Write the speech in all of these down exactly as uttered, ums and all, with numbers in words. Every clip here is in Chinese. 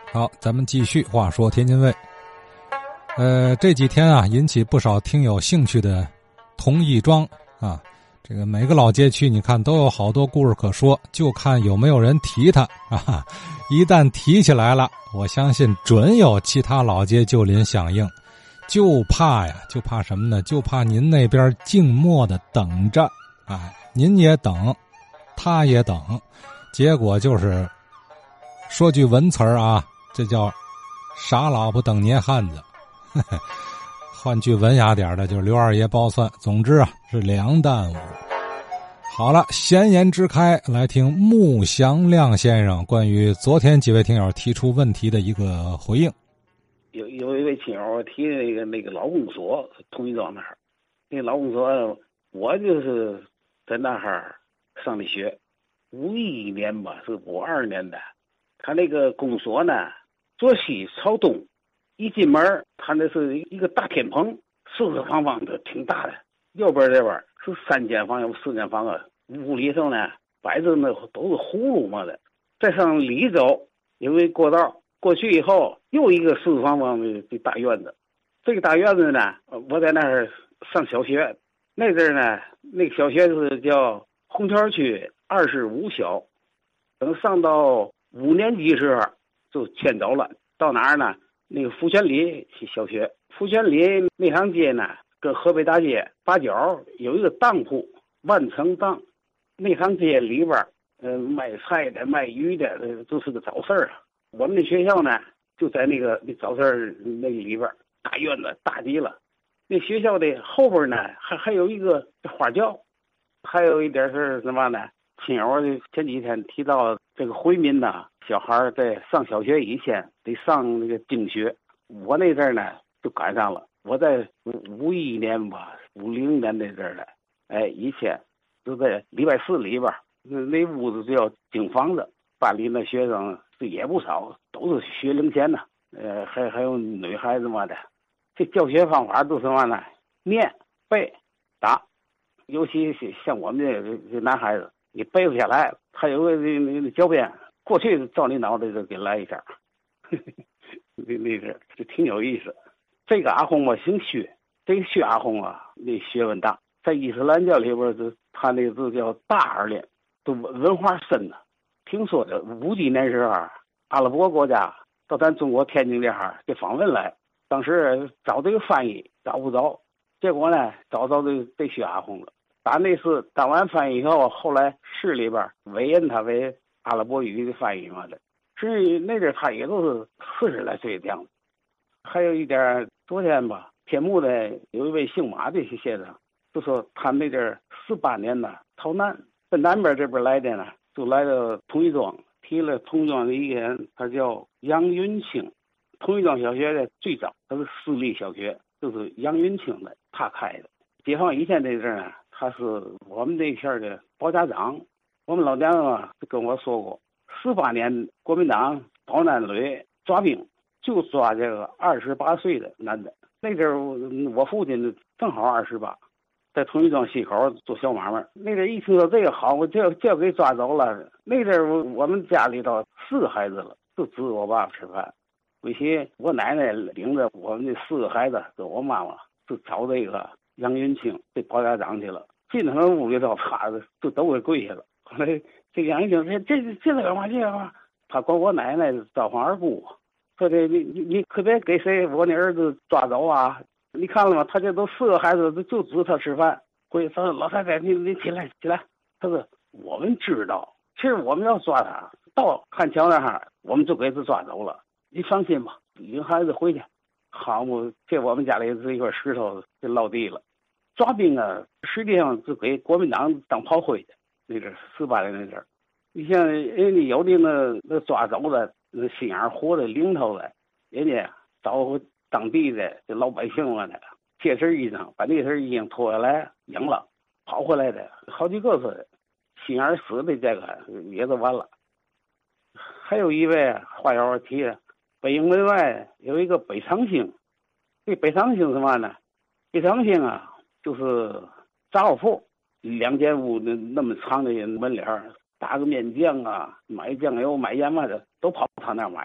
好，咱们继续话说天津卫。呃，这几天啊，引起不少听友兴趣的同义庄啊，这个每个老街区你看都有好多故事可说，就看有没有人提它啊。一旦提起来了，我相信准有其他老街旧邻响应。就怕呀，就怕什么呢？就怕您那边静默的等着，哎，您也等，他也等，结果就是说句文词儿啊，这叫傻老婆等年汉子。换句文雅点的，就是刘二爷包蒜。总之啊，是两耽误。好了，闲言之开，来听穆祥亮先生关于昨天几位听友提出问题的一个回应。 有有一位亲友提那个那个劳工所，同义庄那儿，那个劳工所，我就是在那儿上的学，五一年吧，是五二年的。他那个公所呢，坐西朝东，一进门，他那是一个大天棚，四四方方的，挺大的。右边这边是三间房，有四间房啊。屋里头呢，摆着那都是葫芦嘛的。再上里走，有一过道。过去以后，又一个四四方方的的大院子。这个大院子呢，我在那儿上小学。那阵儿呢，那个小学是叫红桥区二十五小。等上到五年级时候，就迁走了。到哪儿呢？那个福泉里小学。福泉里那条街呢，跟河北大街八角有一个当铺，万城当。那条街里边，呃，卖菜的、卖鱼的，都是个早市啊。我们的学校呢，就在那个那早市那个里边，大院子大极了。那学校的后边呢，还还有一个花轿。还有一点是什么呢？亲友前几天提到这个回民呢，小孩在上小学以前得上那个经学。我那阵儿呢就赶上了，我在五一年吧，五零年那阵儿的，哎，以前就在礼拜四里边，那那屋子叫经房子，班里那学生也不少，都是学龄前的，呃，还还有女孩子嘛的。这教学方法都是什么呢？念、背、打。尤其是像我们这这男孩子，你背不下来，他有个那那那教鞭，过去照你脑袋就给来一下，那那是就挺有意思。这个阿訇吧姓薛，这个薛阿訇啊，那学问大，在伊斯兰教里边，就他那个字叫大而练，都文化深的。听说的五几年时候，阿拉伯国家到咱中国天津这哈给访问来，当时找这个翻译找不着，结果呢找着这这薛阿訇了。打那次当完翻译以后，后来市里边委任他为阿拉伯语的翻译嘛的。至于那阵他也都是四十来岁这样子。还有一点，昨天吧，天目的有一位姓马的先生，就说他那阵四八年呢逃难，奔南边这边来的呢，就来到同义庄，提了同义庄的一个人，他叫杨云清。同义庄小学的最早他是私立小学，就是杨云清的他开的。解放以前这阵呢，他是我们这一片的保家长。我们老娘啊跟我说过，四八年国民党保南旅抓兵，就抓这个二十八岁的男的。那阵儿我父亲正好二十八，在同义庄西口做小买卖。那阵一听说这个好，我就就给抓走了。那阵儿我们家里头四个孩子了，就指我爸爸吃饭。为其我奶奶领着我们这四个孩子跟我妈妈就找这个杨云清这保家长去了。进他们屋里头，啪的就都给跪下了。后来这杨云清说：“这这这干嘛？这干嘛？”他管我奶奶招唤而不，说这你你你可别给谁我那儿子抓走啊！你看了吗？他这都四个孩子，就指他吃饭。回他说：“老太太，你你起来起来。”他说：“我们知道，其实我们要抓他，到汉桥那儿，我们就给他抓走了。你放心吧，领孩子回去。”好嘛，这我们家里这一块石头就落地了。抓兵啊，实际上是给国民党当炮灰的。那阵四八年那阵，你像人家有的那那抓走的，那心眼活的灵头的，人家找当地的这老百姓了的，借身衣裳把那身衣裳脱下来赢了，跑回来的好几个是心眼死的，这个也就完了。还有一位话要我提，北营门外有一个北长兴。这北长兴什么呢？北长兴啊，就是杂货铺，两间屋那那么长的门脸，打个面酱啊，买酱油买盐嘛的，都跑他那儿买去。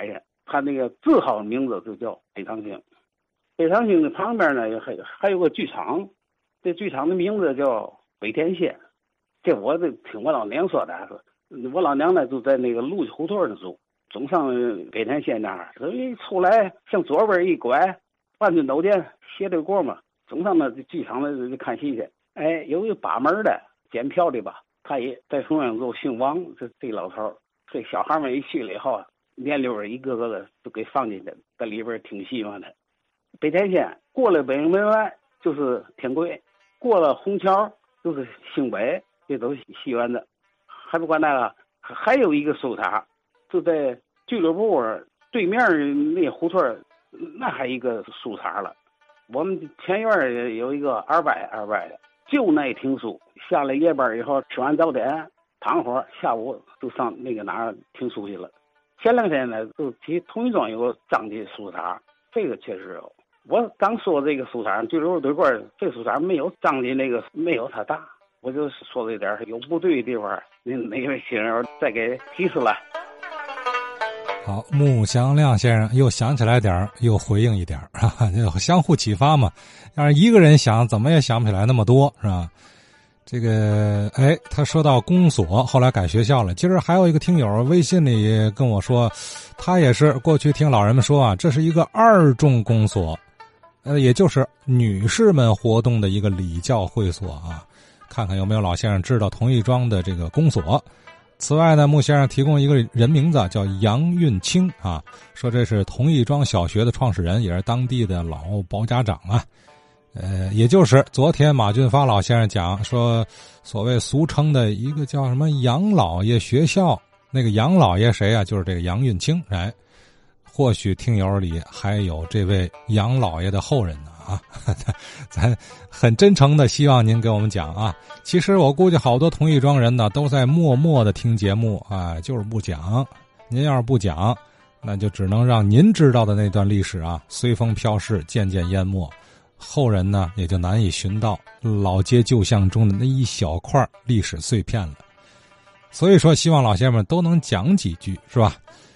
他那个字号名字就叫北长兴。北长兴的旁边呢还还有个剧场，这剧场的名字叫北天仙。这我这听我老娘说的，说我老娘呢就在那个路胡同的住，总上北天仙那儿，所以出来向左边一拐，半尊斗店斜对过嘛，总上那剧场的看戏去。哎，有一个把门的检票的吧，他也在中央州姓王，这这老头儿，这小孩们一去了以后，年溜儿一个个的都给放进去，在里边听戏嘛的。北天仙过了北京门外就是天贵，过了虹桥就是兴北，这都是戏园子。还不管那个，还有一个书塔，就在俱乐部对面那胡同，那还一个书塔了。我们前院有一个二百二百的，就那听书，下了夜班以后吃完早点躺会儿，下午就上那个哪儿听书去了。前两天呢，就提同一庄有个张家书塔，这个确实有。我刚说这个书塔，俱乐部对过，这书塔没有张家那个没有它大。我就说这点有不对的地方，您哪位先生再给提出来。 好，穆祥亮先生又想起来点儿，又回应一点儿，哈哈，相互启发嘛。要是一个人想，怎么也想不起来那么多，是吧？这个，哎，他说到公所，后来改学校了。今儿还有一个听友微信里跟我说，他也是过去听老人们说啊，这是一个二中公所，呃，也就是女士们活动的一个礼教会所啊。看看有没有老先生知道同义庄的这个公所。此外呢，穆先生提供一个人名字叫杨运清啊，说这是同义庄小学的创始人，也是当地的老保家长啊。呃，也就是昨天马俊发老先生讲说，所谓俗称的一个叫什么杨老爷学校，那个杨老爷谁啊？就是这个杨运清。哎，或许听友里还有这位杨老爷的后人呢啊，咱很真诚的希望您给我们讲啊。其实我估计好多同义庄人呢都在默默的听节目啊，就是不讲。您要是不讲，那就只能让您知道的那段历史啊随风飘逝，渐渐淹没。后人呢也就难以寻到老街旧巷中的那一小块历史碎片了。所以说希望老先生们都能讲几句，是吧？